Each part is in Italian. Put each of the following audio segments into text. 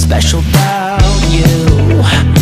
special about you.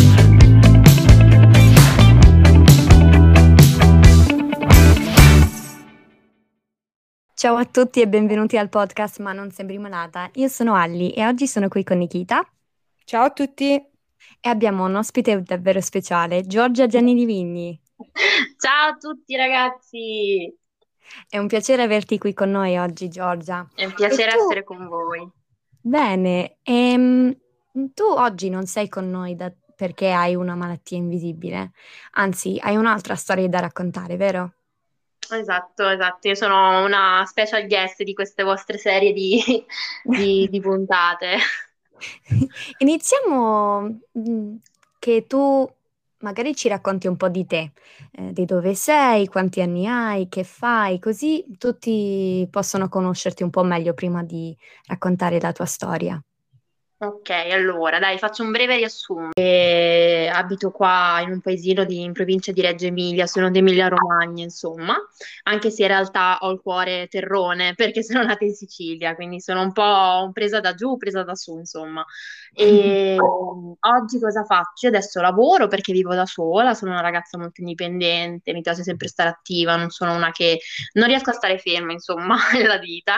Ciao a tutti e benvenuti al podcast Ma non sembri malata. Io sono Alli e oggi sono qui con Nikita Ciao a tutti. e abbiamo un ospite davvero speciale, Giorgia Giannini Vigni. Ciao a tutti ragazzi, È un piacere averti qui con noi oggi, Giorgia. è un E piacere tu, essere con voi. bene, tu oggi non sei con noi perché hai una malattia invisibile, anzi hai un'altra storia da raccontare, vero? Esatto, io sono una special guest di queste vostre serie di puntate. Iniziamo, che tu magari ci racconti un po' di te, di dove sei, quanti anni hai, che fai, così tutti possono conoscerti un po' meglio prima di raccontare la tua storia. Ok, allora dai, faccio un breve riassunto. Abito qua in un paesino in provincia di Reggio Emilia, sono d'Emilia-Romagna, insomma, anche se in realtà ho il cuore terrone perché sono nata in Sicilia, quindi sono un po' presa da giù, presa da su, insomma. E oggi cosa faccio? Io adesso lavoro perché vivo da sola, sono una ragazza molto indipendente, mi piace sempre stare attiva, non sono una che non riesco a stare ferma, insomma, nella vita.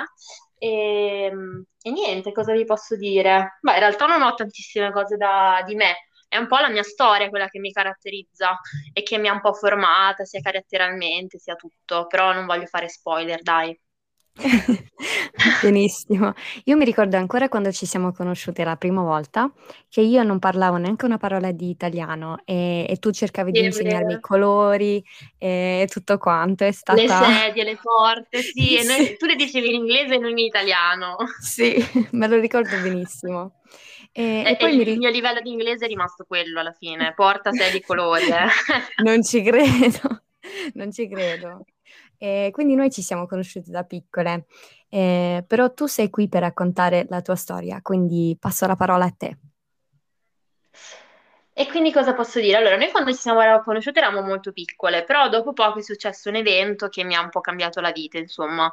E niente, cosa vi posso dire? Beh, in realtà non ho tantissime cose di me, è un po' la mia storia quella che mi caratterizza e che mi ha un po' formata, sia caratterialmente, sia tutto, però non voglio fare spoiler, dai. Benissimo. Io mi ricordo ancora quando ci siamo conosciute la prima volta che io non parlavo neanche una parola di italiano e tu cercavi Sì, di è insegnarmi i vero. colori e tutto quanto. È Le stata... sedie, le porte, sì, e Sì. tu le dicevi in inglese e non in italiano. Sì, me lo ricordo benissimo. E E poi il mio livello di inglese è rimasto quello alla fine, porta, sedie, colori, eh. non ci credo, non ci credo. E quindi noi ci siamo conosciute da piccole, però tu sei qui per raccontare la tua storia, quindi passo la parola a te. E quindi cosa posso dire? Allora, noi quando ci siamo conosciute eravamo molto piccole, però dopo poco è successo un evento che mi ha un po' cambiato la vita, insomma.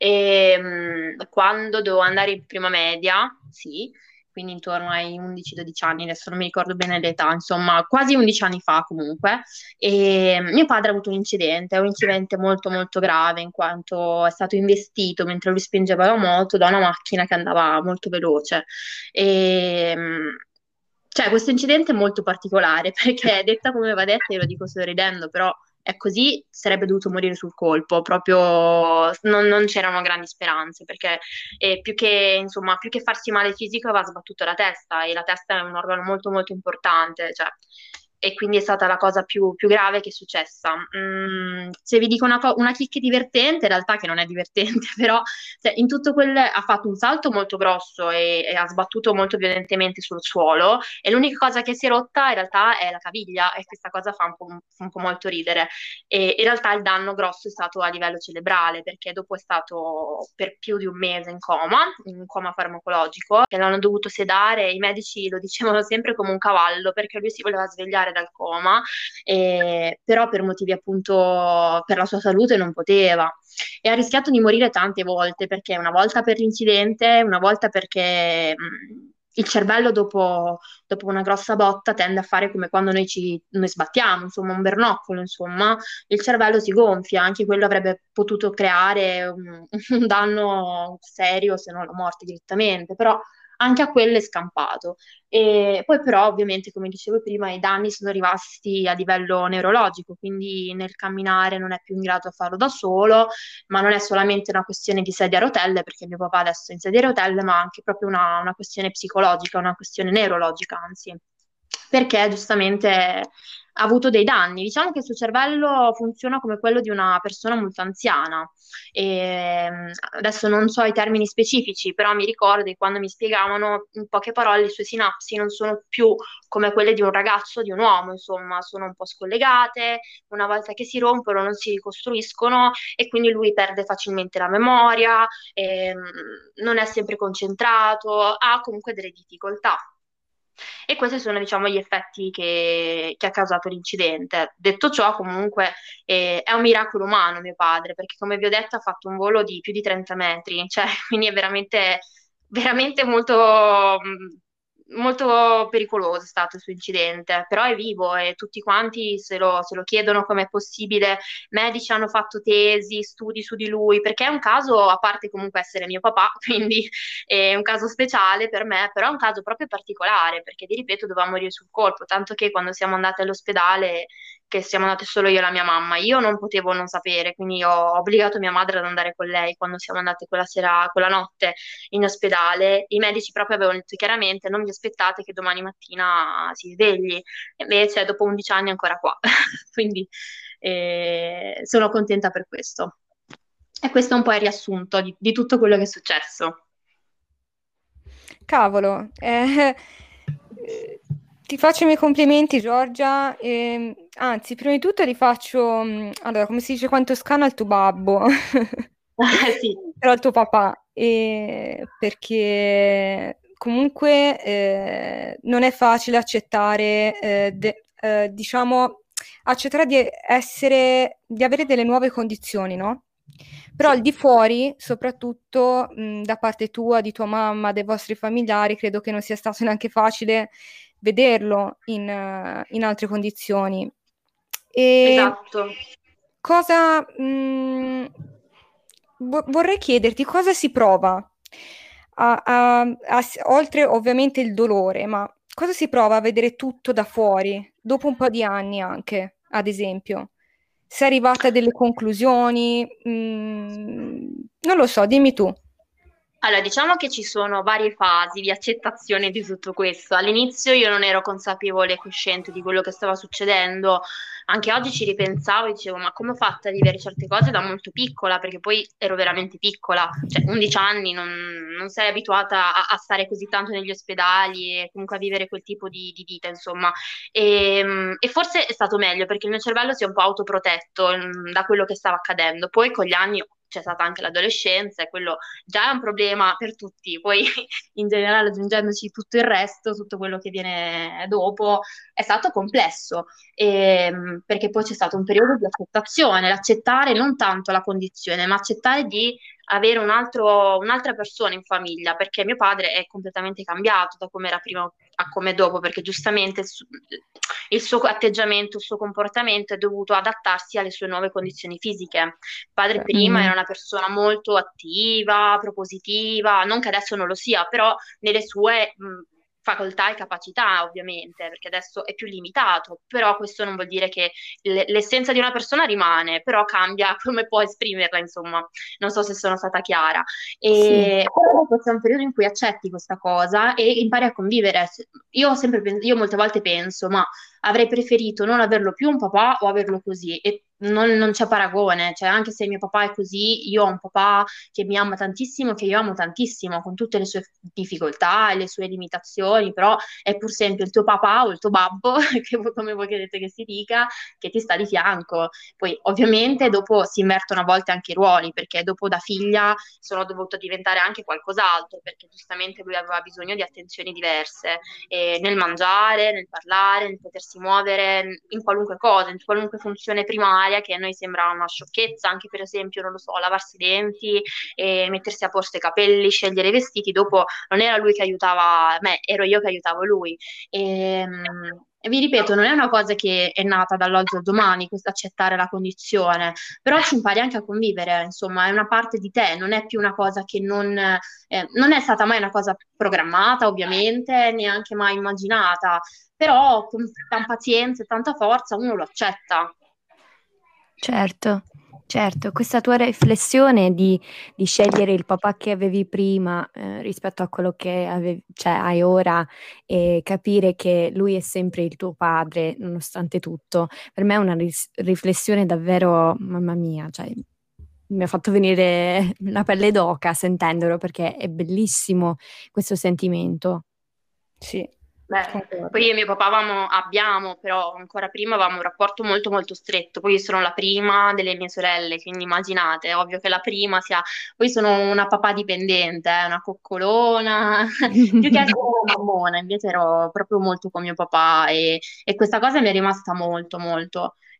Quando dovevo andare in prima media, sì, quindi intorno ai 11-12 anni, adesso non mi ricordo bene l'età, insomma, quasi 11 anni fa comunque, e mio padre ha avuto un incidente molto molto grave in quanto è stato investito mentre lui spingeva la moto da una macchina che andava molto veloce. E, cioè, questo incidente è molto particolare perché detta come va detta, io lo dico sorridendo, però è così, sarebbe dovuto morire sul colpo, proprio non c'erano grandi speranze perché insomma, più che farsi male fisico aveva sbattuto la testa e la testa è un organo molto molto importante, cioè, e quindi è stata la cosa più grave che è successa. Se vi dico una chicca divertente, in realtà che non è divertente, però cioè, in tutto quel ha fatto un salto molto grosso e ha sbattuto molto violentemente sul suolo e l'unica cosa che si è rotta in realtà è la caviglia e questa cosa fa un po' molto ridere. E in realtà il danno grosso è stato a livello cerebrale perché dopo è stato per più di un mese in un coma farmacologico, e l'hanno dovuto sedare, i medici lo dicevano sempre come un cavallo perché lui si voleva svegliare dal coma, però per motivi appunto per la sua salute non poteva e ha rischiato di morire tante volte, perché una volta per l'incidente, una volta perché il cervello dopo una grossa botta tende a fare come quando noi sbattiamo, insomma, un bernoccolo, insomma, il cervello si gonfia, anche quello avrebbe potuto creare un danno serio, se non la morte direttamente, però anche a quello è scampato. E poi però, ovviamente, come dicevo prima, i danni sono rimasti a livello neurologico, quindi nel camminare non è più in grado di farlo da solo, ma non è solamente una questione di sedia a rotelle, perché mio papà adesso è in sedia a rotelle, ma anche proprio una questione psicologica, una questione neurologica, anzi, perché giustamente ha avuto dei danni. Diciamo che il suo cervello funziona come quello di una persona molto anziana. Adesso non so i termini specifici, però mi ricordo che quando mi spiegavano in poche parole le sue sinapsi non sono più come quelle di un ragazzo, di un uomo, insomma, sono un po' scollegate, una volta che si rompono non si ricostruiscono e quindi lui perde facilmente la memoria, non è sempre concentrato, ha comunque delle difficoltà. E questi sono, diciamo, gli effetti che ha causato l'incidente. Detto ciò, comunque, è un miracolo umano mio padre, perché come vi ho detto ha fatto un volo di più di 30 metri, cioè, quindi è veramente, veramente molto, molto pericoloso è stato il suo incidente, però è vivo e tutti quanti se lo chiedono com'è possibile. Medici hanno fatto tesi, studi su di lui, perché è un caso, a parte comunque essere mio papà, quindi è un caso speciale per me, però è un caso proprio particolare, perché ti ripeto, doveva morire sul colpo, tanto che quando siamo andate all'ospedale, che siamo andate solo io e la mia mamma, io non potevo non sapere, quindi ho obbligato mia madre ad andare con lei quando siamo andate quella sera, quella notte in ospedale. I medici proprio avevano detto chiaramente: non vi aspettate che domani mattina si svegli, e invece dopo 11 anni è ancora qua, quindi sono contenta per questo. E questo è un po' il riassunto di tutto quello che è successo. Cavolo, ti faccio i miei complimenti, Giorgia. Anzi, prima di tutto ti faccio, allora, come si dice qua in Toscana, al tuo babbo, Sì, però al tuo papà, perché comunque non è facile accettare, diciamo, accettare di avere delle nuove condizioni, no? Però al sì, di fuori, soprattutto da parte tua, di tua mamma, dei vostri familiari, credo che non sia stato neanche facile vederlo in altre condizioni. E esatto. cosa vorrei chiederti cosa si prova oltre ovviamente il dolore, ma cosa si prova a vedere tutto da fuori, dopo un po' di anni anche, ad esempio? Sei arrivata a delle conclusioni? Non lo so, dimmi tu. Allora, diciamo che ci sono varie fasi di accettazione di tutto questo. All'inizio io non ero consapevole e cosciente di quello che stava succedendo. Anche oggi ci ripensavo e dicevo: ma come ho fatto a vivere certe cose da molto piccola? Perché poi ero veramente piccola, cioè 11 anni, non sei abituata a stare così tanto negli ospedali e comunque a vivere quel tipo di vita, insomma. E forse è stato meglio perché il mio cervello si è un po' autoprotetto da quello che stava accadendo. Poi con gli anni c'è stata anche l'adolescenza e quello già è un problema per tutti, poi in generale aggiungendoci tutto il resto, tutto quello che viene dopo, è stato complesso, perché poi c'è stato un periodo di accettazione, l'accettare non tanto la condizione, ma accettare di avere un'altra persona in famiglia, perché mio padre è completamente cambiato da come era prima a come dopo, perché giustamente il suo atteggiamento, il suo comportamento è dovuto adattarsi alle sue nuove condizioni fisiche. Il padre prima era Mm. una persona molto attiva, propositiva, non che adesso non lo sia, però nelle sue facoltà e capacità, ovviamente, perché adesso è più limitato, però questo non vuol dire che l'essenza di una persona rimane, però cambia come può esprimerla, insomma, non so se sono stata chiara. Sì. Però dopo c'è un periodo in cui accetti questa cosa e impari a convivere. Io ho sempre io molte volte penso: ma avrei preferito non averlo più un papà o averlo così, e non c'è paragone, cioè anche se mio papà è così, io ho un papà che mi ama tantissimo, che io amo tantissimo, con tutte le sue difficoltà e le sue limitazioni, però è pur sempre il tuo papà o il tuo babbo, come voi credete che si dica, che ti sta di fianco. Poi ovviamente dopo si invertono a volte anche i ruoli, perché dopo da figlia sono dovuta diventare anche qualcos'altro, perché giustamente lui aveva bisogno di attenzioni diverse, nel mangiare, nel parlare, nel potersi muovere, in qualunque cosa, in qualunque funzione primaria che a noi sembra una sciocchezza, anche per esempio, non lo so, lavarsi i denti, mettersi a posto i capelli, scegliere i vestiti. Dopo non era lui che aiutava me, ero io che aiutavo lui. E vi ripeto, non è una cosa che è nata dall'oggi al domani, questo accettare la condizione, però ci impari anche a convivere, insomma, è una parte di te, non è più una cosa che non è stata mai una cosa programmata, ovviamente, neanche mai immaginata, però con tanta pazienza e tanta forza uno lo accetta. Certo, certo, questa tua riflessione di scegliere il papà che avevi prima rispetto a quello che cioè, hai ora, e capire che lui è sempre il tuo padre, nonostante tutto, per me è una riflessione davvero, mamma mia, cioè, mi ha fatto venire la pelle d'oca sentendolo, perché è bellissimo questo sentimento. Sì, Beh, concordo. poi io e mio papà abbiamo, però ancora prima avevamo un rapporto molto molto stretto. Poi io sono la prima delle mie sorelle, quindi immaginate, è ovvio che la prima sia. Poi sono una papà dipendente, una coccolona, più che essere una mammona, invece ero proprio molto con mio papà e questa cosa mi è rimasta molto molto.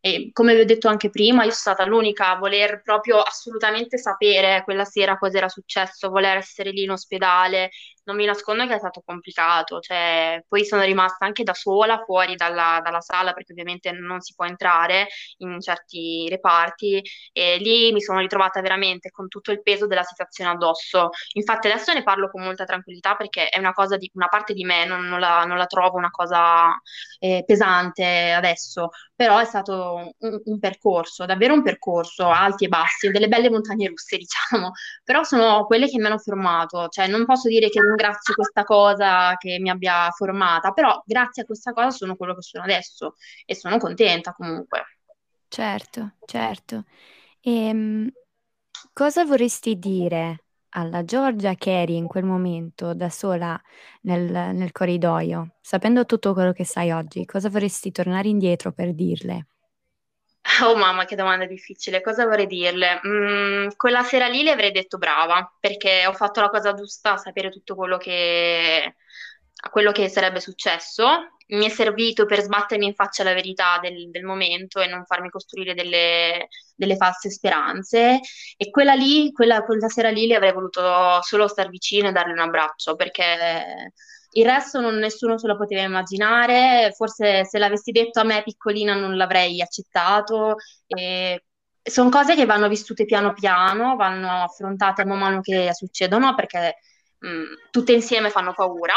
E come vi ho detto anche prima, io sono stata l'unica a voler proprio assolutamente sapere quella sera cosa era successo, voler essere lì in ospedale. Non mi nascondo che è stato complicato, cioè, poi sono rimasta anche da sola fuori dalla sala perché ovviamente non si può entrare in certi reparti e lì mi sono ritrovata veramente con tutto il peso della situazione addosso. Infatti adesso ne parlo con molta tranquillità perché è una cosa di una parte di me, non la trovo una cosa pesante adesso, però è stato un percorso, davvero un percorso, alti e bassi, delle belle montagne russe, diciamo, però sono quelle che mi hanno formato, cioè non posso dire che ringrazio questa cosa che mi abbia formata, però grazie a questa cosa sono quello che sono adesso e sono contenta comunque. Certo, certo. Ehm, Cosa vorresti dire alla Giorgia che eri in quel momento da sola nel corridoio, sapendo tutto quello che sai oggi? Cosa vorresti tornare indietro per dirle? Oh mamma, che domanda difficile, cosa vorrei dirle? Quella sera lì le avrei detto brava, perché ho fatto la cosa giusta a sapere tutto quello che sarebbe successo. Mi è servito per sbattermi in faccia la verità del momento e non farmi costruire delle false speranze. E quella sera lì le avrei voluto solo star vicino e darle un abbraccio, perché il resto nessuno se lo poteva immaginare, forse se l'avessi detto a me piccolina non l'avrei accettato. Sono cose che vanno vissute piano piano, vanno affrontate man mano che succedono perché tutte insieme fanno paura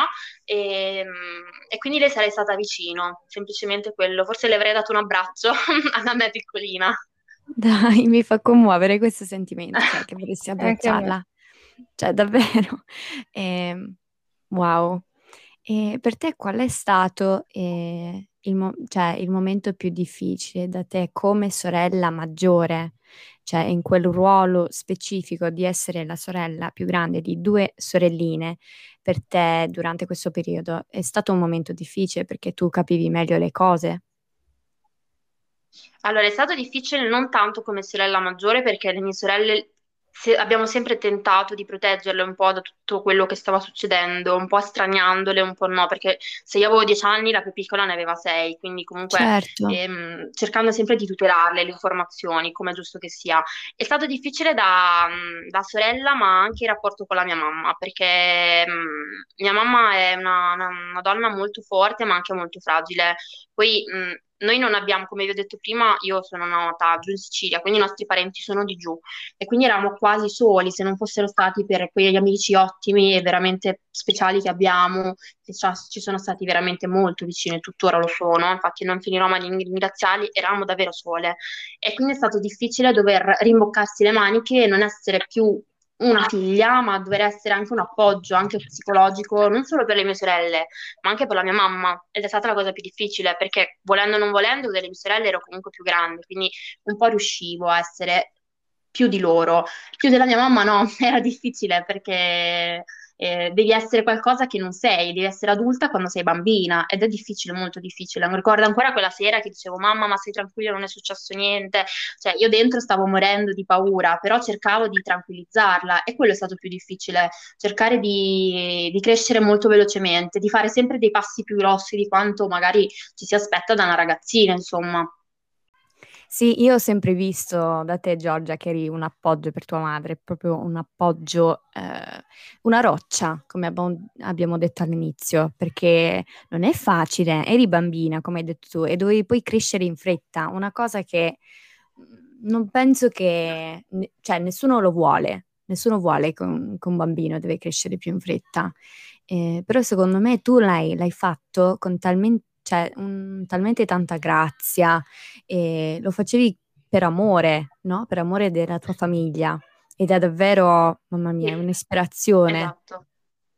e quindi le sarei stata vicino, semplicemente quello. Forse le avrei dato un abbraccio alla me piccolina. Dai, mi fa commuovere questo sentimento, cioè che vorresti Anche a me. abbracciarla. Cioè, davvero. Ehm, wow. E per te qual è stato cioè, il momento più difficile da te come sorella maggiore? Cioè, in quel ruolo specifico di essere la sorella più grande di due sorelline, per te durante questo periodo è stato un momento difficile perché tu capivi meglio le cose? Allora, è stato difficile non tanto come sorella maggiore perché le mie sorelle abbiamo sempre tentato di proteggerle un po' da tutto quello che stava succedendo, un po' straniandole, un po' no, perché se io avevo 10 anni, la più piccola ne aveva 6, quindi comunque Certo. cercando sempre di tutelarle le informazioni, come è giusto che sia. È stato difficile da sorella, ma anche il rapporto con la mia mamma, perché mia mamma è una donna molto forte, ma anche molto fragile. Poi noi non abbiamo, come vi ho detto prima, io sono nata giù in Sicilia, quindi i nostri parenti sono di giù e quindi eravamo quasi soli, se non fossero stati per quegli amici ottimi e veramente speciali che abbiamo, che ci sono stati veramente molto vicini, tuttora lo sono, infatti non finirò mai di ringraziarli, eravamo davvero sole. E quindi è stato difficile dover rimboccarsi le maniche e non essere più una figlia, ma dover essere anche un appoggio, anche psicologico, non solo per le mie sorelle, ma anche per la mia mamma. Ed è stata la cosa più difficile, perché volendo o non volendo, delle mie sorelle ero comunque più grande, quindi un po' riuscivo a essere più di loro. Più della mia mamma no, era difficile perché devi essere qualcosa che non sei, devi essere adulta quando sei bambina ed è difficile, molto difficile. Mi ricordo ancora quella sera che dicevo, mamma, ma stai tranquilla, non è successo niente. Cioè, io dentro stavo morendo di paura, però cercavo di tranquillizzarla e quello è stato più difficile, cercare di crescere molto velocemente, di fare sempre dei passi più grossi di quanto magari ci si aspetta da una ragazzina, insomma. Sì, io ho sempre visto da te, Giorgia, che eri un appoggio per tua madre, proprio un appoggio, una roccia, come abbiamo detto all'inizio, perché non è facile, eri bambina, come hai detto tu, e dovevi poi crescere in fretta, una cosa che non penso che, cioè nessuno vuole che un bambino deve crescere più in fretta. Però secondo me tu l'hai fatto con talmente tanta grazia e lo facevi per amore, no? Per amore della tua famiglia ed è davvero, mamma mia, è Sì, un'ispirazione. esatto.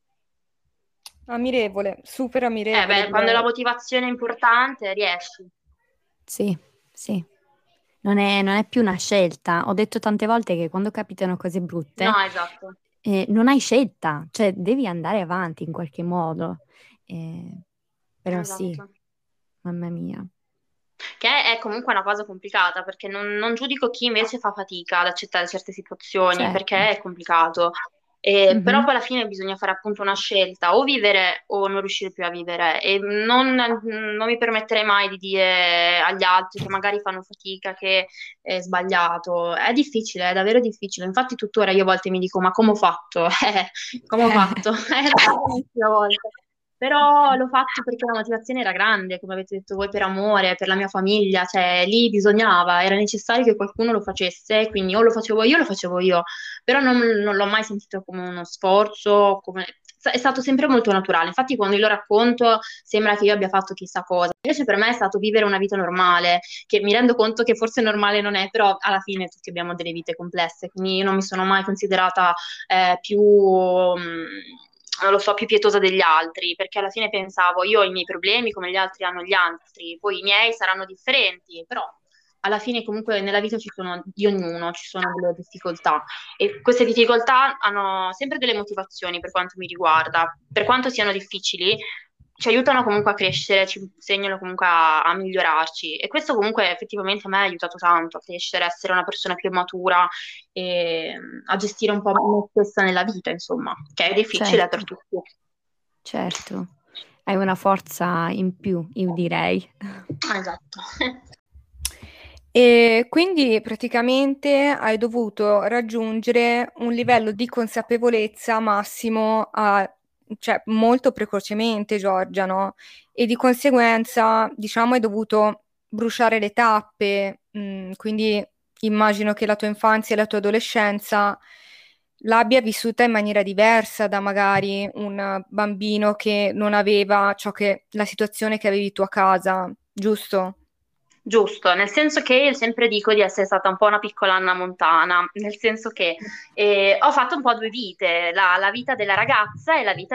Ammirevole, super ammirevole. Beh, quando la motivazione è importante, riesci. Sì, sì. Non è più una scelta. Ho detto tante volte che quando capitano cose brutte, No, esatto, non hai scelta, cioè devi andare avanti in qualche modo. Eh, Però sì, esatto. mamma mia. Che è comunque una cosa complicata, perché non giudico chi invece fa fatica ad accettare certe situazioni, Certo. perché è complicato. Però Mhm. poi alla fine bisogna fare appunto una scelta, o vivere o non riuscire più a vivere. E non mi permetterei mai di dire agli altri che magari fanno fatica, che è sbagliato. È difficile, è davvero difficile. Infatti tuttora io a volte mi dico, ma come ho fatto? Come ho fatto? È l'ultima volta. Però l'ho fatto perché la motivazione era grande, come avete detto voi, per amore, per la mia famiglia, cioè lì bisognava, era necessario che qualcuno lo facesse, quindi o lo facevo io, però non l'ho mai sentito come uno sforzo, è stato sempre molto naturale. Infatti quando io lo racconto sembra che io abbia fatto chissà cosa, invece per me è stato vivere una vita normale, che mi rendo conto che forse normale non è, però alla fine tutti abbiamo delle vite complesse, quindi io non mi sono mai considerata più, non lo so, più pietosa degli altri, perché alla fine pensavo io ho i miei problemi come gli altri hanno gli altri, poi i miei saranno differenti, però alla fine comunque nella vita ci sono di ognuno, ci sono delle difficoltà e queste difficoltà hanno sempre delle motivazioni per quanto mi riguarda, per quanto siano difficili, ci aiutano comunque a crescere, ci insegnano comunque a migliorarci e questo comunque effettivamente a me ha aiutato tanto a crescere, a essere una persona più matura e a gestire un po' me stessa nella vita, insomma, che è difficile per Certo, tutti. certo. Hai una forza in più, io direi. Esatto. E quindi praticamente hai dovuto raggiungere un livello di consapevolezza massimo cioè molto precocemente, Giorgia, no? E di conseguenza, diciamo, hai dovuto bruciare le tappe, quindi immagino che la tua infanzia e la tua adolescenza l'abbia vissuta in maniera diversa da magari un bambino che non aveva la situazione che avevi tu a casa, giusto? Giusto, nel senso che io sempre dico di essere stata un po' una piccola Anna Montana, nel senso che ho fatto un po' due vite, la vita della ragazza e la vita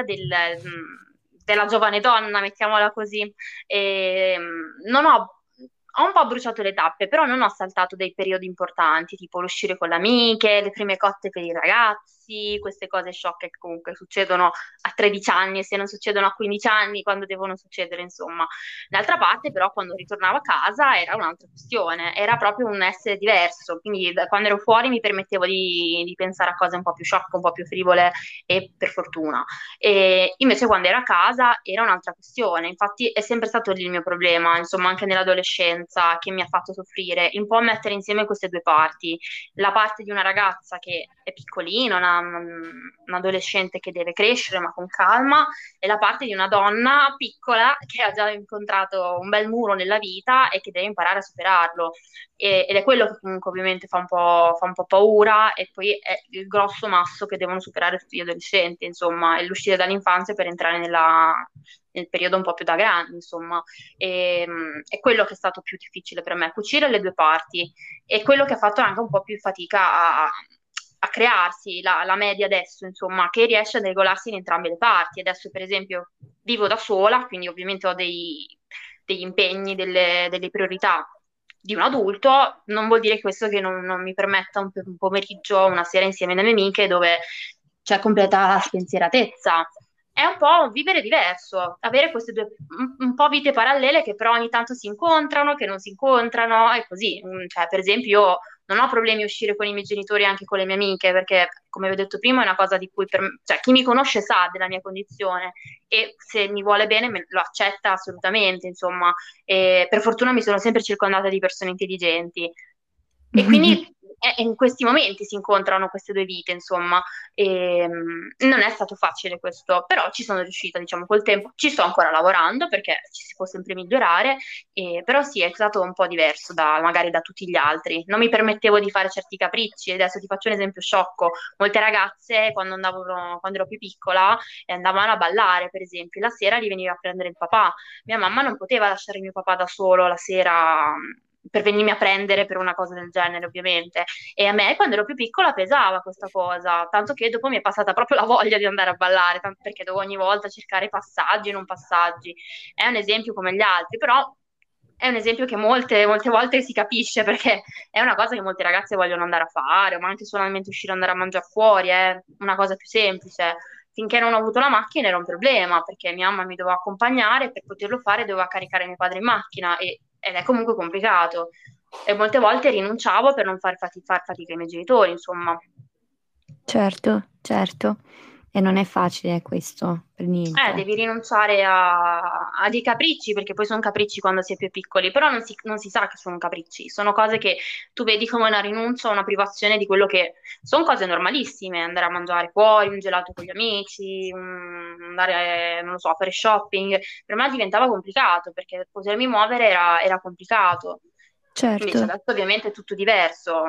della giovane donna, mettiamola così. E, non ho, ho un po' bruciato le tappe, però non ho saltato dei periodi importanti, tipo l'uscire con le amiche, le prime cotte per i ragazzi, queste cose sciocche che comunque succedono a 13 anni e se non succedono a 15 anni, quando devono succedere, insomma. D'altra parte, però, quando ritornavo a casa era un'altra questione, era proprio un essere diverso. Quindi, quando ero fuori mi permettevo di pensare a cose un po' più sciocche, un po' più frivole, e per fortuna. E invece, quando ero a casa era un'altra questione. Infatti, è sempre stato lì il mio problema, insomma, anche nell'adolescenza, che mi ha fatto soffrire, un po' mettere insieme queste due parti. La parte di una ragazza che è piccolina, un adolescente che deve crescere, ma con calma è la parte di una donna piccola che ha già incontrato un bel muro nella vita e che deve imparare a superarlo. Ed è quello che comunque ovviamente fa un po' paura e poi è il grosso masso che devono superare tutti gli adolescenti, insomma, è l'uscire dall'infanzia per entrare nel periodo un po' più da grandi, insomma. È quello che è stato più difficile per me, cucire le due parti e quello che ha fatto anche un po' più fatica a crearsi la media adesso, insomma, che riesce ad regolarsi in entrambe le parti. Adesso, per esempio, vivo da sola, quindi ovviamente ho degli impegni, delle priorità di un adulto, non vuol dire questo che non mi permetta un pomeriggio, una sera insieme alle mie amiche dove c'è completa spensieratezza. È un po' un vivere diverso, avere queste due un po' vite parallele che però ogni tanto si incontrano, che non si incontrano e così. Cioè, per esempio, io non ho problemi a uscire con i miei genitori anche con le mie amiche, perché, come vi ho detto prima, è una cosa di cui cioè, chi mi conosce sa della mia condizione e se mi vuole bene lo accetta assolutamente, insomma. E per fortuna mi sono sempre circondata di persone intelligenti. E quindi in questi momenti si incontrano queste due vite, insomma. Non è stato facile questo, però ci sono riuscita, diciamo, col tempo. Ci sto ancora lavorando perché ci si può sempre migliorare, però sì, è stato un po' diverso magari da tutti gli altri. Non mi permettevo di fare certi capricci. Adesso ti faccio un esempio sciocco. Molte ragazze, quando ero più piccola, andavano a ballare, per esempio. La sera li veniva a prendere il papà. Mia mamma non poteva lasciare mio papà da solo la sera per venirmi a prendere per una cosa del genere, ovviamente. E a me, quando ero più piccola, pesava questa cosa, tanto che dopo mi è passata proprio la voglia di andare a ballare, tanto perché dovevo ogni volta cercare passaggi e non passaggi. È un esempio come gli altri, però è un esempio che molte volte si capisce perché è una cosa che molte ragazze vogliono andare a fare, ma anche solamente uscire ad andare a mangiare fuori, è una cosa più semplice. Finché non ho avuto la macchina era un problema, perché mia mamma mi doveva accompagnare e per poterlo fare doveva caricare mio padre in macchina ed è comunque complicato. E molte volte rinunciavo per non far fatica ai miei genitori, insomma. Certo, certo. E non è facile questo, per niente. Devi rinunciare a dei capricci, perché poi sono capricci quando si è più piccoli, però non si sa che sono capricci, sono cose che tu vedi come una rinuncia, una privazione di quello che sono cose normalissime, andare a mangiare fuori, un gelato con gli amici, andare, non lo so, a fare shopping. Per me diventava complicato, perché potermi muovere era complicato. Invece Certo. adesso ovviamente è tutto diverso.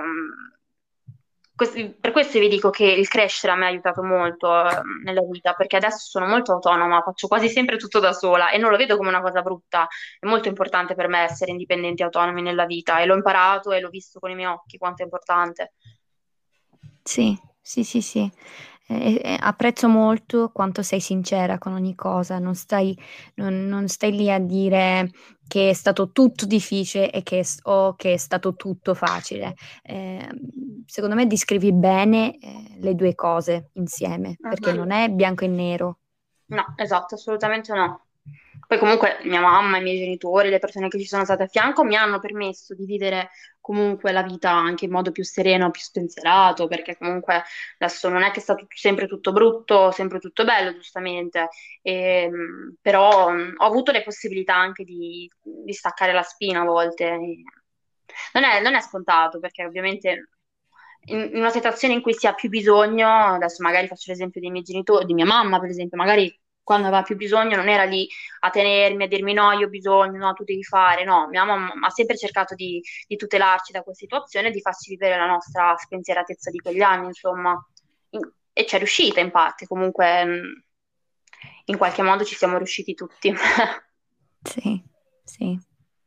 Per questo vi dico che il crescere a me ha aiutato molto nella vita, perché adesso sono molto autonoma, faccio quasi sempre tutto da sola e non lo vedo come una cosa brutta. È molto importante per me essere indipendenti e autonomi nella vita e l'ho imparato e l'ho visto con i miei occhi quanto è importante. Sì, sì, sì, sì. Apprezzo molto quanto sei sincera con ogni cosa, non stai lì a dire che è stato tutto difficile o che è stato tutto facile. Secondo me descrivi bene, le due cose insieme, perché non è bianco e nero. No, esatto, assolutamente no. Poi comunque mia mamma, i miei genitori, le persone che ci sono state a fianco mi hanno permesso di vivere comunque la vita anche in modo più sereno, più spensierato, perché comunque adesso non è che è stato sempre tutto brutto, sempre tutto bello, giustamente. Però ho avuto le possibilità anche di staccare la spina a volte. Non è scontato, perché ovviamente in una situazione in cui si ha più bisogno, adesso magari faccio l'esempio dei miei genitori, di mia mamma per esempio, magari quando aveva più bisogno non era lì a tenermi, a dirmi no, io ho bisogno, no, tu devi fare, no, mia mamma ha sempre cercato di tutelarci da quella situazione e di farci vivere la nostra spensieratezza di quegli anni, insomma. E ci è riuscita in parte, comunque in qualche modo ci siamo riusciti tutti. Sì, sì.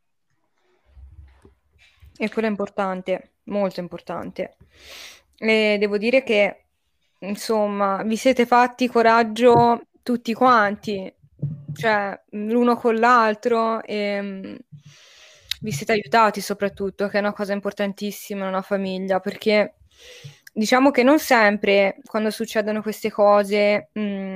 E quello è importante, molto importante. E devo dire che, insomma, vi siete fatti coraggio tutti quanti, cioè l'uno con l'altro, e vi siete aiutati soprattutto, che è una cosa importantissima in una famiglia, perché diciamo che non sempre quando succedono queste cose,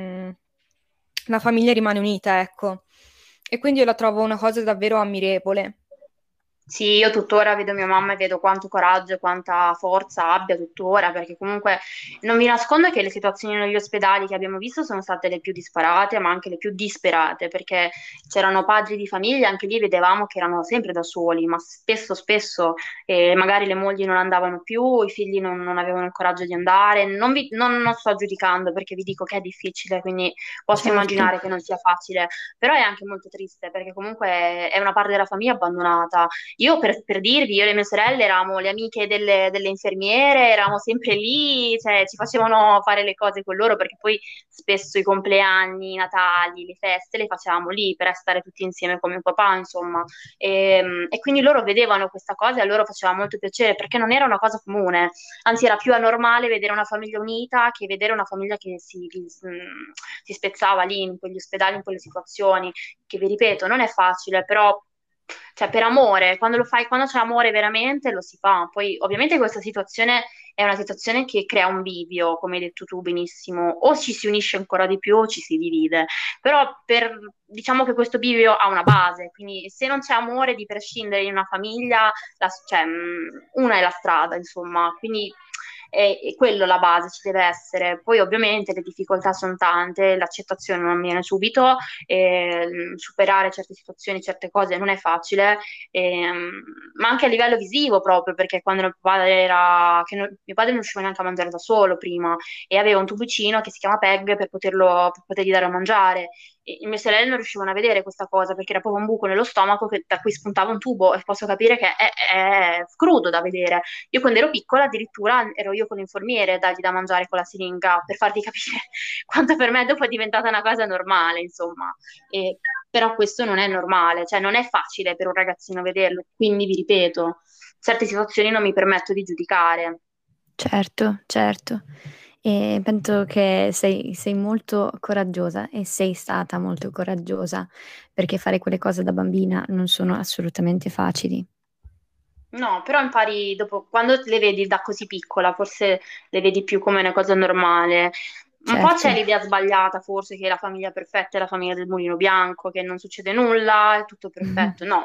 la famiglia rimane unita, ecco. E quindi io la trovo una cosa davvero ammirevole. Sì, io tuttora vedo mia mamma e vedo quanto coraggio e quanta forza abbia tuttora, perché comunque non vi nascondo che le situazioni negli ospedali che abbiamo visto sono state le più disparate, ma anche le più disperate, perché c'erano padri di famiglia, anche lì vedevamo che erano sempre da soli, ma spesso magari le mogli non andavano più, i figli non avevano il coraggio di andare. Non sto giudicando perché vi dico che è difficile, quindi posso Certo. immaginare che non sia facile, però è anche molto triste perché comunque è una parte della famiglia abbandonata. Io per dirvi, io e le mie sorelle eravamo le amiche delle infermiere, eravamo sempre lì, cioè ci facevano fare le cose con loro perché poi spesso i compleanni, i Natali, le feste le facevamo lì per stare tutti insieme come papà, insomma. E quindi loro vedevano questa cosa e a loro faceva molto piacere perché non era una cosa comune, anzi era più anormale vedere una famiglia unita che vedere una famiglia che si spezzava lì in quegli ospedali, in quelle situazioni, che vi ripeto, non è facile, però cioè per amore, quando lo fai, quando c'è amore veramente lo si fa. Poi ovviamente questa situazione è una situazione che crea un bivio, come hai detto tu benissimo, o ci si unisce ancora di più o ci si divide. Però diciamo che questo bivio ha una base, quindi se non c'è amore di prescindere in una famiglia, cioè, una è la strada, insomma, quindi è quello la base, ci deve essere. Poi ovviamente le difficoltà sono tante, l'accettazione non avviene subito, superare certe situazioni, certe cose non è facile, ma anche a livello visivo proprio, perché quando mio padre mio padre non riusciva neanche a mangiare da solo prima e aveva un tubicino che si chiama PEG per potergli dare a mangiare. E le mie sorelle non riuscivano a vedere questa cosa perché era proprio un buco nello stomaco da cui spuntava un tubo e posso capire che è crudo da vedere. Io quando ero piccola addirittura ero io con l'informiere a dargli da mangiare con la siringa per fargli capire quanto per me dopo è diventata una cosa normale, insomma. Però questo non è normale, cioè non è facile per un ragazzino vederlo, quindi vi ripeto, certe situazioni non mi permetto di giudicare. Certo, certo. E penso che sei molto coraggiosa e sei stata molto coraggiosa, perché fare quelle cose da bambina non sono assolutamente facili. No, però impari dopo, quando le vedi da così piccola, forse le vedi più come una cosa normale. Un po' Certo. c'è l'idea sbagliata, forse, che la famiglia perfetta è la famiglia del mulino bianco, che non succede nulla, è tutto perfetto. No,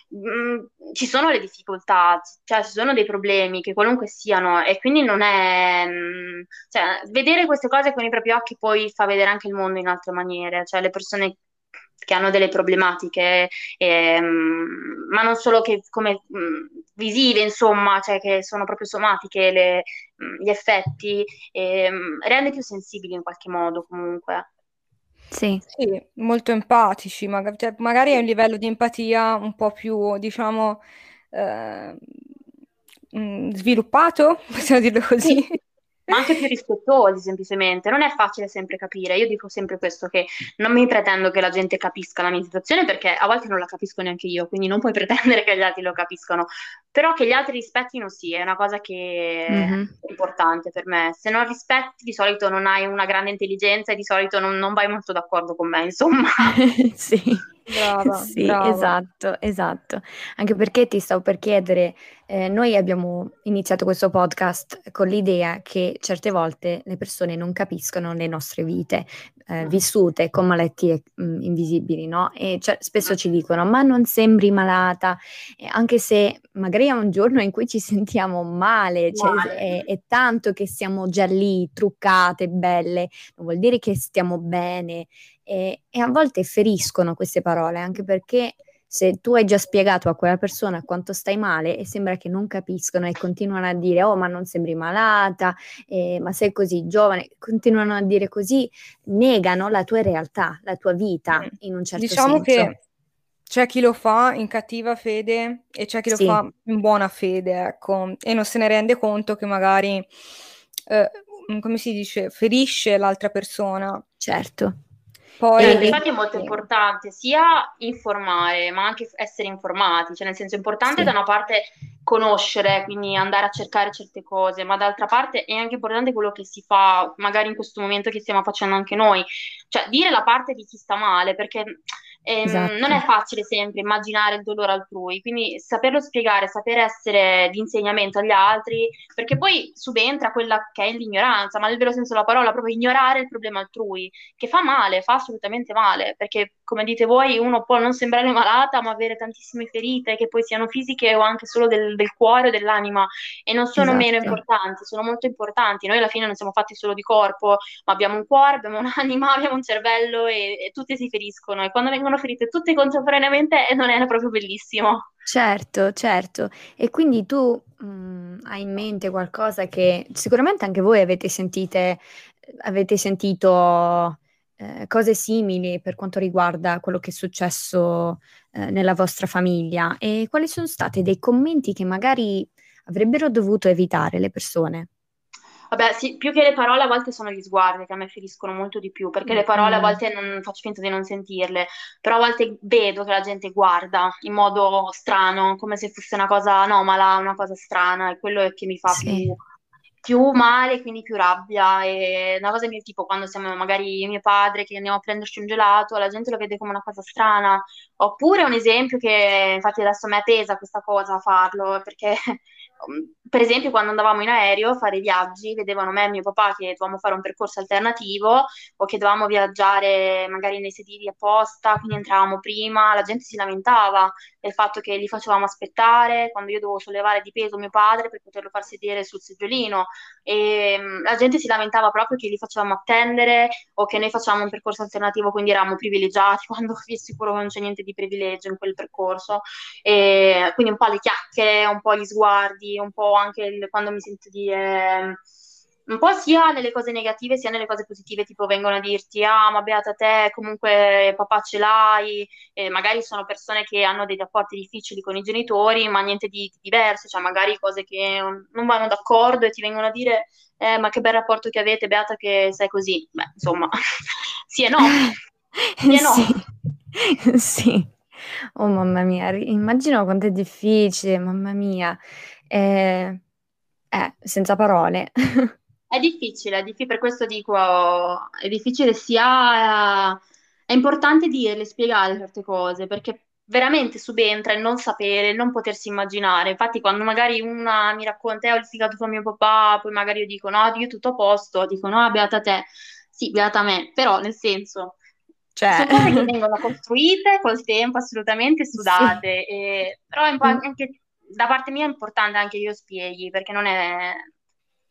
ci sono le difficoltà, cioè ci sono dei problemi che qualunque siano, e quindi non è cioè, vedere queste cose con i propri occhi poi fa vedere anche il mondo in altre maniere, cioè le persone che hanno delle problematiche, ma non solo che come visive, insomma, cioè che sono proprio somatiche gli effetti, rende più sensibili in qualche modo comunque. Sì, Sì, molto empatici, cioè, magari è un livello di empatia un po' più, diciamo, eh, sviluppato, possiamo dirlo così. Sì, ma anche più rispettosi semplicemente. Non è facile sempre capire. Io dico sempre questo, che non mi pretendo che la gente capisca la mia situazione perché a volte non la capisco neanche io, quindi non puoi pretendere che gli altri lo capiscano. Però che gli altri rispettino sì, è una cosa che mhm. è importante per me. Se non rispetti, di solito non hai una grande intelligenza e di solito non vai molto d'accordo con me, insomma. Sì, Brava, sì, brava. esatto, esatto. Anche perché ti stavo per chiedere, noi abbiamo iniziato questo podcast con l'idea che certe volte le persone non capiscono le nostre vite, vissute con malattie invisibili, no? E spesso ci dicono, ma non sembri malata, anche se magari è un giorno in cui ci sentiamo male, cioè è tanto che siamo già lì, truccate, belle, non vuol dire che stiamo bene. E a volte feriscono queste parole, anche perché se tu hai già spiegato a quella persona quanto stai male e sembra che non capiscono e continuano a dire oh ma non sembri malata, ma sei così giovane, continuano a dire così, negano la tua realtà, la tua vita in un certo Diciamo senso. che c'è chi lo fa in cattiva fede e c'è chi lo Sì. fa in buona fede, ecco, e non se ne rende conto che magari, come si dice, ferisce l'altra persona. Certo. Poi, Infatti è molto importante sia informare, ma anche essere informati, cioè nel senso è importante Sì. da una parte conoscere, quindi andare a cercare certe cose, ma d'altra parte è anche importante quello che si fa, magari in questo momento che stiamo facendo anche noi, cioè dire la parte di chi sta male, perché Esatto. non è facile sempre immaginare il dolore altrui, quindi saperlo spiegare, saper essere di insegnamento agli altri, perché poi subentra quella che è l'ignoranza, ma nel vero senso della parola, proprio ignorare il problema altrui che fa male, fa assolutamente male, perché come dite voi, uno può non sembrare malata, ma avere tantissime ferite, che poi siano fisiche o anche solo del cuore o dell'anima, e non sono meno Esatto. importanti, sono molto importanti. Noi alla fine non siamo fatti solo di corpo, ma abbiamo un cuore, abbiamo un'anima, abbiamo un cervello e tutte si feriscono, e quando vengono ferite tutte contemporaneamente non è proprio bellissimo. Certo, certo. E quindi tu hai in mente qualcosa che sicuramente anche voi avete sentito cose simili per quanto riguarda quello che è successo nella vostra famiglia e quali sono stati dei commenti che magari avrebbero dovuto evitare le persone? Vabbè, sì, più che le parole a volte sono gli sguardi che a me feriscono molto di più, perché le parole a Mm, volte non faccio finta di non sentirle, però a volte vedo che la gente guarda in modo strano, come se fosse una cosa anomala, una cosa strana, e quello è che mi fa sì, più male, quindi più rabbia. E una cosa del tipo quando siamo magari io e mio padre che andiamo a prenderci un gelato, la gente lo vede come una cosa strana. Oppure un esempio che infatti adesso mi è tesa questa cosa a farlo, perché per esempio quando andavamo in aereo a fare i viaggi, vedevano me e mio papà che dovevamo fare un percorso alternativo o che dovevamo viaggiare magari nei sedili apposta, quindi entravamo prima, la gente si lamentava del fatto che li facevamo aspettare quando io dovevo sollevare di peso mio padre per poterlo far sedere sul seggiolino e la gente si lamentava proprio che li facevamo attendere o che noi facevamo un percorso alternativo, quindi eravamo privilegiati, quando vi assicuro che non c'è niente di privilegio in quel percorso. E quindi un po' le chiacchiere, un po' gli sguardi, un po' anche quando mi sento dire un po' sia nelle cose negative sia nelle cose positive, tipo vengono a dirti ah ma beata te, comunque papà ce l'hai, e magari sono persone che hanno dei rapporti difficili con i genitori, ma niente di diverso, cioè magari cose che non vanno d'accordo e ti vengono a dire ma che bel rapporto che avete, beata che sei così. Beh, insomma, sì e no. Sì e no. Sì, sì. Oh mamma mia, immagino quanto è difficile, mamma mia. Senza parole. È difficile, per questo dico, è difficile sia, è importante dirle, spiegare certe cose, perché veramente subentra il non sapere, il non potersi immaginare. Infatti quando magari una mi racconta, ho litigato con mio papà, poi magari io dico, no, io tutto a posto, dico, no, beata te, sì, beata me, però nel senso, Cioè, sono cose che vengono costruite col tempo, assolutamente sì. sudate, però è Mm. anche da parte mia è importante anche che io spieghi, perché non è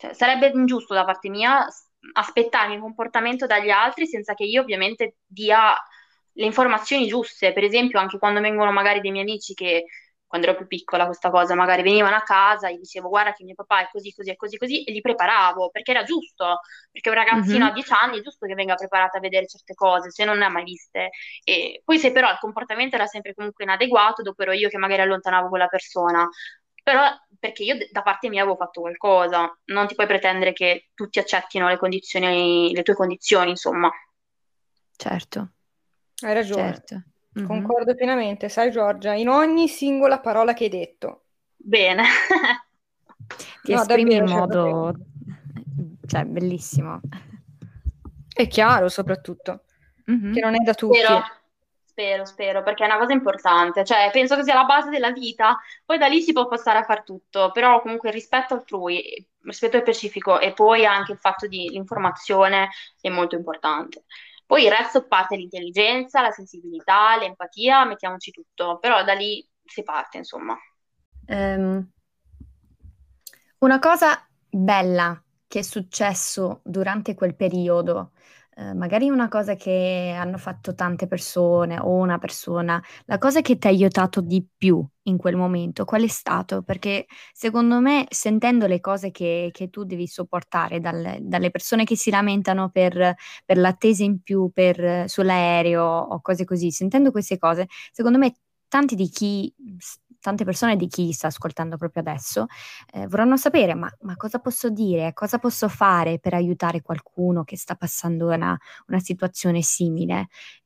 Cioè, sarebbe ingiusto da parte mia aspettarmi un comportamento dagli altri senza che io ovviamente dia le informazioni giuste. Per esempio, anche quando vengono magari dei miei amici che, quando ero più piccola, questa cosa, magari venivano a casa, gli dicevo guarda che mio papà è così, così e così, così, e li preparavo, perché era giusto, perché un ragazzino a Mhm. 10 anni è giusto che venga preparato a vedere certe cose, se non ne ha mai viste. E poi se però il comportamento era sempre comunque inadeguato, dopo ero io che magari allontanavo quella persona. Però perché io da parte mia avevo fatto qualcosa, non ti puoi pretendere che tutti accettino le condizioni, le tue condizioni, insomma. Certo, Hai ragione, certo. Mhm. concordo pienamente, sai Giorgia, in ogni singola parola che hai detto. Bene. Ti No, esprimi in davvero, c'è ragione. modo, cioè, bellissimo. È chiaro soprattutto, che Mhm. non è da Spero, tutti. spero, perché è una cosa importante, cioè penso che sia la base della vita, poi da lì si può passare a far tutto, però comunque il rispetto altrui, il rispetto specifico e poi anche il fatto di l'informazione è molto importante. Poi il resto parte l'intelligenza, la sensibilità, l'empatia, mettiamoci tutto, però da lì si parte, insomma. Ehm, una cosa bella che è successo durante quel periodo, magari una cosa che hanno fatto tante persone o una persona, la cosa che ti ha aiutato di più in quel momento, qual è stato? Perché secondo me, sentendo le cose che tu devi sopportare dalle persone che si lamentano per l'attesa in più sull'aereo o cose così, sentendo queste cose, secondo me tante persone di chi sta ascoltando proprio adesso vorranno sapere, ma cosa posso dire? Cosa posso fare per aiutare qualcuno che sta passando una situazione simile?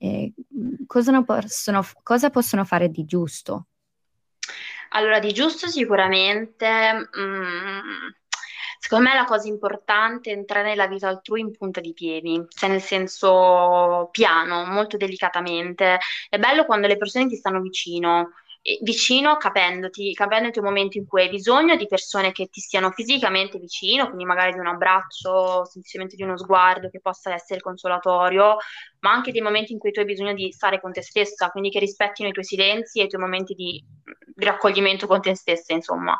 Cosa possono fare di giusto? Allora, di giusto sicuramente, secondo me la cosa importante è entrare nella vita altrui in punta di piedi, cioè nel senso piano, molto delicatamente. È bello quando le persone ti stanno vicino, e vicino capendoti un momento in cui hai bisogno di persone che ti stiano fisicamente vicino, quindi magari di un abbraccio, semplicemente di uno sguardo che possa essere consolatorio, ma anche dei momenti in cui tu hai bisogno di stare con te stessa, quindi che rispettino i tuoi silenzi e i tuoi momenti di raccoglimento con te stessa, insomma.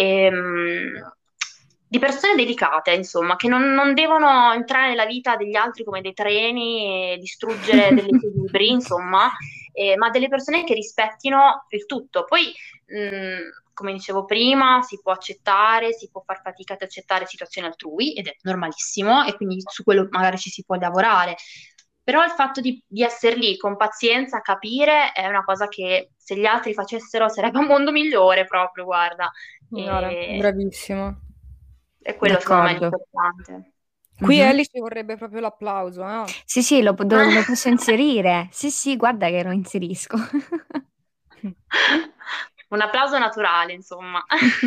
Di persone delicate, insomma, che non devono entrare nella vita degli altri come dei treni e distruggere degli equilibri, insomma, ma delle persone che rispettino il tutto. Poi, come dicevo prima, si può accettare, si può far fatica ad accettare situazioni altrui ed è normalissimo e quindi su quello magari ci si può lavorare. Però il fatto di essere lì con pazienza, capire, è una cosa che se gli altri facessero sarebbe un mondo migliore proprio, guarda. Guarda, E, bravissimo. e quello secondo me è D'accordo. l'importante. Qui Mhm. Ellie ci vorrebbe proprio l'applauso, eh? Sì, sì, lo posso inserire. Sì, sì, guarda che lo inserisco. Un applauso naturale, insomma.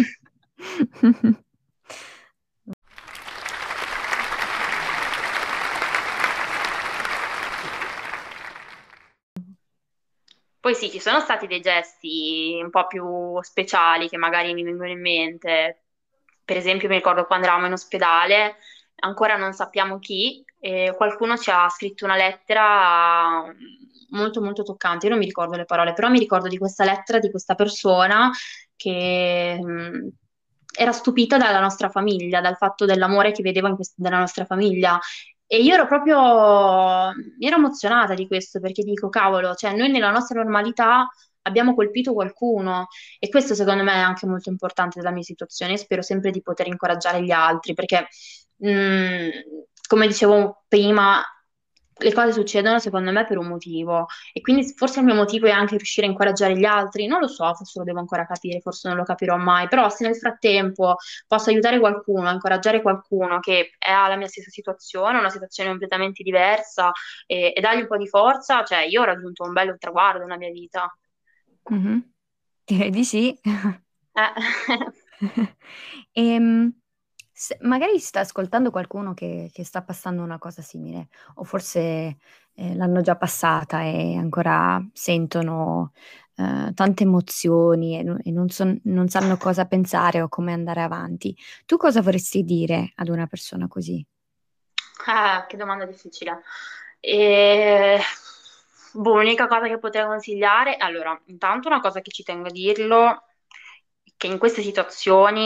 Poi sì, ci sono stati dei gesti un po' più speciali che magari mi vengono in mente. Per esempio, mi ricordo quando eravamo in ospedale, ancora non sappiamo chi, e qualcuno ci ha scritto una lettera molto molto toccante. Io non mi ricordo le parole, però mi ricordo di questa lettera di questa persona che era stupita dalla nostra famiglia, dal fatto dell'amore che vedeva nella nostra famiglia. E io ero proprio, mi ero emozionata di questo perché dico, cavolo, cioè noi nella nostra normalità abbiamo colpito qualcuno e questo secondo me è anche molto importante della mia situazione. Spero sempre di poter incoraggiare gli altri perché, mh, come dicevo prima, le cose succedono secondo me per un motivo e quindi forse il mio motivo è anche riuscire a incoraggiare gli altri. Non lo so, forse lo devo ancora capire, forse non lo capirò mai, però se nel frattempo posso aiutare qualcuno, incoraggiare qualcuno che è alla mia stessa situazione, una situazione completamente diversa e dargli un po' di forza, cioè io ho raggiunto un bello traguardo nella mia vita. Mhm. Direi di sì. Eh. Ehm, magari sta ascoltando qualcuno che sta passando una cosa simile, o forse l'hanno già passata e ancora sentono tante emozioni e non sanno cosa pensare o come andare avanti. Tu cosa vorresti dire ad una persona così? Che domanda difficile. E... boh, l'unica cosa che potrei consigliare, allora, intanto una cosa che ci tengo a dirlo, è che in queste situazioni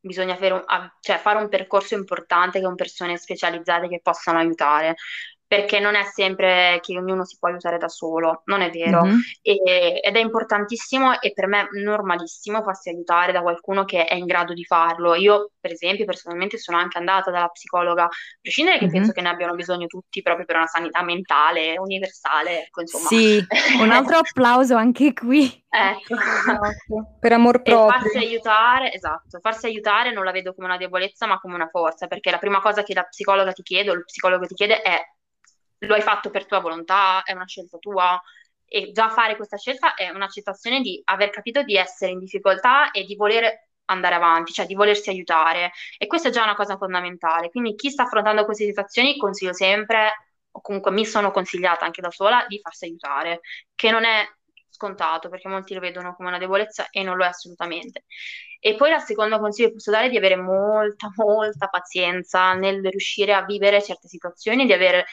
bisogna cioè fare un percorso importante con persone specializzate che possano aiutare, perché non è sempre che ognuno si può aiutare da solo, non è vero. Mhm. Ed è importantissimo e per me normalissimo farsi aiutare da qualcuno che è in grado di farlo. Io, per esempio, personalmente sono anche andata dalla psicologa, a prescindere che penso Mhm. che ne abbiano bisogno tutti proprio per una sanità mentale universale, ecco, insomma. Sì, un altro applauso anche qui. Ecco. Esatto, per amor E farsi proprio. aiutare, esatto, farsi aiutare non la vedo come una debolezza, ma come una forza, perché la prima cosa che la psicologa ti chiede, o il psicologo ti chiede è: lo hai fatto per tua volontà? È una scelta tua? E già fare questa scelta è un'accettazione di aver capito di essere in difficoltà e di voler andare avanti, cioè di volersi aiutare. E questa è già una cosa fondamentale. Quindi chi sta affrontando queste situazioni, consiglio sempre, o comunque mi sono consigliata anche da sola, di farsi aiutare, che non è scontato, perché molti lo vedono come una debolezza e non lo è assolutamente. E poi il secondo consiglio che posso dare è di avere molta, molta pazienza nel riuscire a vivere certe situazioni,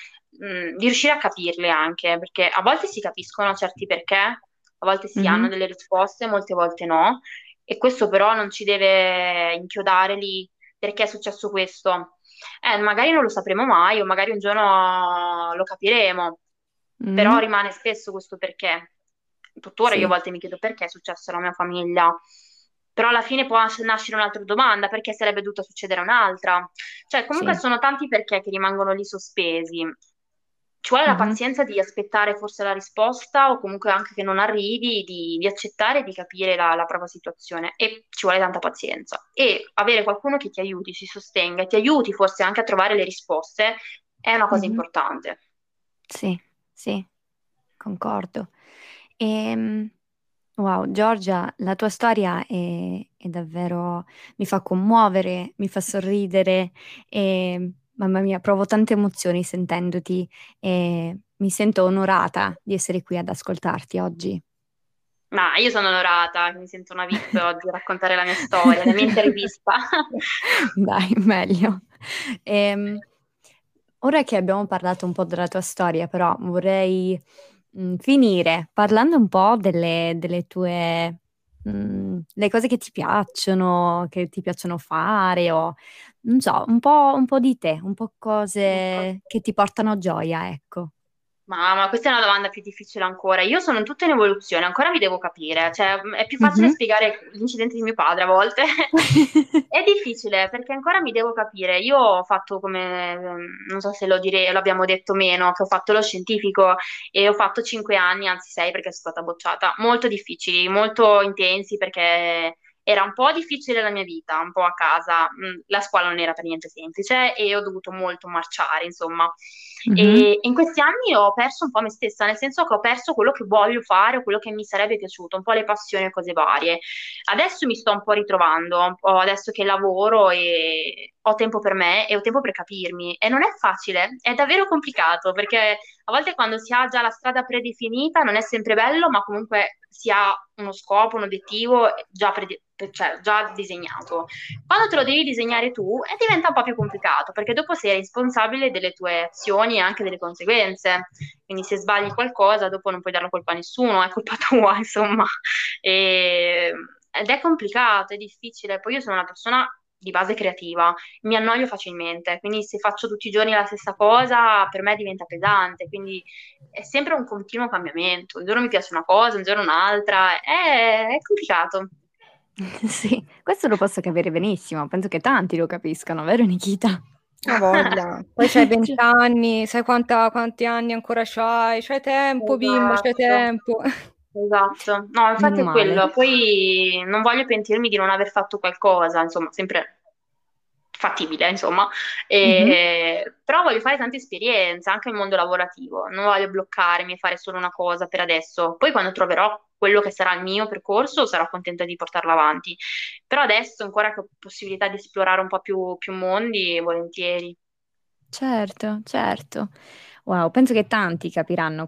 di riuscire a capirle anche, perché a volte si capiscono certi perché, a volte si hanno Mhm. delle risposte, molte volte no, e questo però non ci deve inchiodare lì perché è successo questo. Magari non lo sapremo mai, o magari un giorno lo capiremo, però Mhm. rimane spesso questo perché. Tuttora io a Sì, volte mi chiedo perché è successo alla mia famiglia, però alla fine può nascere un'altra domanda, perché sarebbe dovuta succedere un'altra. Cioè, comunque sì. sono tanti perché che rimangono lì sospesi. Ci vuole la Mhm. pazienza di aspettare forse la risposta o comunque anche che non arrivi, di accettare e di capire la propria situazione e ci vuole tanta pazienza. E avere qualcuno che ti aiuti, si sostenga e ti aiuti forse anche a trovare le risposte è una cosa Mhm. importante. Sì, sì, concordo. Ehm, wow, Giorgia, la tua storia è davvero, mi fa commuovere, mi fa sorridere e mamma mia, provo tante emozioni sentendoti e mi sento onorata di essere qui ad ascoltarti oggi. Ma io sono onorata, mi sento una VIP oggi a raccontare la mia storia, la mia intervista. Dai, meglio. Ehm, ora che abbiamo parlato un po' della tua storia, però vorrei finire parlando un po' delle tue, le cose che ti piacciono fare o non so, un po' di te, un po' cose che ti portano gioia, ecco. Ma questa è una domanda più difficile ancora. Io sono tutta in evoluzione, ancora mi devo capire. Cioè, è più facile Mhm. spiegare l'incidente di mio padre a volte. È difficile perché ancora mi devo capire. Io ho fatto come, non so se l'abbiamo detto meno, che ho fatto lo scientifico e ho fatto 5 anni, anzi 6 perché sono stata bocciata, molto difficili, molto intensi perché era un po' difficile la mia vita, un po' a casa. La scuola non era per niente semplice e ho dovuto molto marciare, insomma. Mhm. E in questi anni ho perso un po' me stessa, nel senso che ho perso quello che voglio fare, quello che mi sarebbe piaciuto, un po' le passioni e cose varie. Adesso mi sto un po' ritrovando, un po' adesso che lavoro e ho tempo per me e ho tempo per capirmi. E non è facile, è davvero complicato perché a volte quando si ha già la strada predefinita non è sempre bello, ma comunque si ha uno scopo, un obiettivo cioè, già disegnato. Quando te lo devi disegnare tu, diventa un po' più complicato, perché dopo sei responsabile delle tue azioni e anche delle conseguenze. Quindi se sbagli qualcosa, dopo non puoi dare la colpa a nessuno, è colpa tua, insomma. Ed è complicato, è difficile. Poi io sono una persona di base creativa, mi annoio facilmente, quindi se faccio tutti i giorni la stessa cosa, per me diventa pesante, quindi è sempre un continuo cambiamento. Un giorno mi piace una cosa, un giorno un'altra, è complicato. Sì, questo lo posso capire benissimo, penso che tanti lo capiscano, vero Nikita? Una voglia. Poi c'hai 20 Cioè, anni, sai quanti anni ancora c'hai? C'hai tempo, bimba, c'hai Esatto, tempo. esatto. No, meno infatti è male. quello. Poi non voglio pentirmi di non aver fatto qualcosa, insomma, sempre fattibile, insomma. Mhm. Però voglio fare tante esperienze, anche nel mondo lavorativo. Non voglio bloccarmi e fare solo una cosa per adesso. Poi quando troverò quello che sarà il mio percorso, sarò contenta di portarlo avanti. Però adesso, ancora che ho possibilità di esplorare un po' più mondi, volentieri. Certo, certo. Wow, penso che tanti capiranno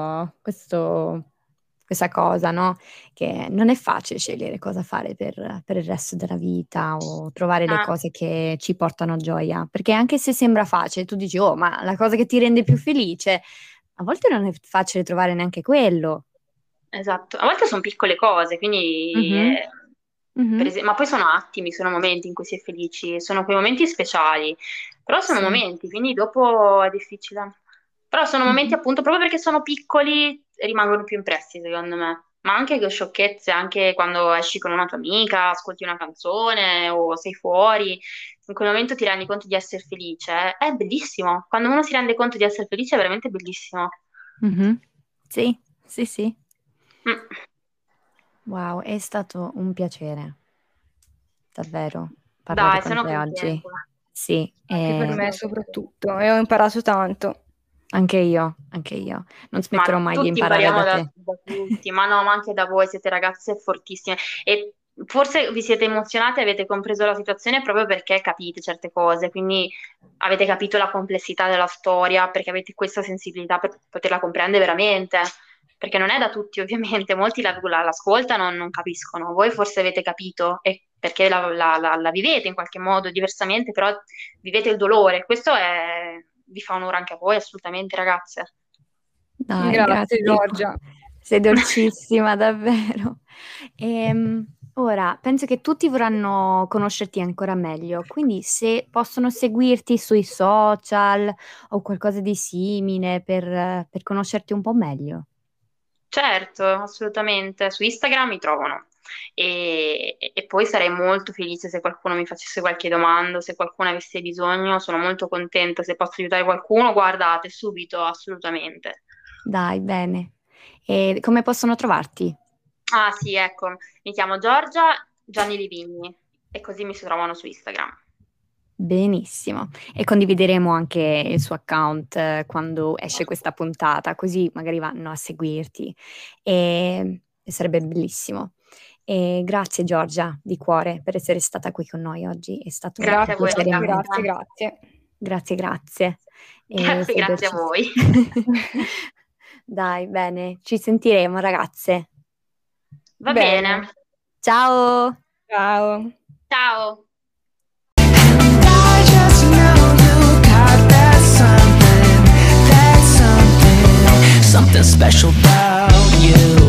questa cosa, no? Che non è facile scegliere cosa fare per il resto della vita o trovare le Ah, cose che ci portano gioia. Perché anche se sembra facile, tu dici, oh, ma la cosa che ti rende più felice, a volte non è facile trovare neanche quello. esatto. A volte sono piccole cose, quindi Mhm. Mhm. Ma poi sono attimi, sono momenti in cui si è felici, sono quei momenti speciali, però sono Sì. momenti, quindi dopo è difficile. Però sono momenti Mhm. appunto proprio perché sono piccoli, rimangono più impressi secondo me. Ma anche che sciocchezze, anche quando esci con una tua amica, ascolti una canzone o sei fuori, in quel momento ti rendi conto di essere felice. È bellissimo. Quando uno si rende conto di essere felice è veramente bellissimo. Mhm. Sì, sì, sì. Mm. Wow, è stato un piacere, davvero, parlare Dai, con sono te oggi. contenta. Sì, Anche per me Sono soprattutto, e ho imparato tanto. anche io, anche io. Non smetterò Ma mai di tutti imparare impariamo da da, te. da tutti, ma no, ma anche da voi, siete ragazze fortissime e forse vi siete emozionate e avete compreso la situazione proprio perché capite certe cose, quindi avete capito la complessità della storia, perché avete questa sensibilità per poterla comprendere veramente, perché non è da tutti ovviamente, molti l'ascoltano, non capiscono, voi forse avete capito e perché la vivete in qualche modo diversamente, però vivete il dolore, vi fa onore anche a voi assolutamente ragazze. Dai, Grazie grazie. Giorgia. Sei dolcissima, davvero. Ora, penso che tutti vorranno conoscerti ancora meglio, quindi se possono seguirti sui social o qualcosa di simile per conoscerti un po' meglio. Certo, assolutamente. Su Instagram mi trovano e poi sarei molto felice se qualcuno mi facesse qualche domanda, se qualcuno avesse bisogno, sono molto contenta. Se posso aiutare qualcuno, guardate subito, assolutamente. Dai, bene. E come possono trovarti? Ah sì, ecco, mi chiamo Giorgia Gianni Livigni e così mi si trovano su Instagram. Benissimo. E condivideremo anche il suo account quando esce questa puntata, così magari vanno a seguirti. E sarebbe bellissimo. E grazie Giorgia, di cuore, per essere stata qui con noi oggi. È stato un Grazie a voi piacere Grazie, immenso. ragazze. grazie. Grazie, grazie. E Grazie, sei grazie a dolcissima. voi. Dai, bene, ci sentiremo, ragazze. Va Bene. bene. Ciao! Ciao. Ciao. I just know you got that something, something special about you.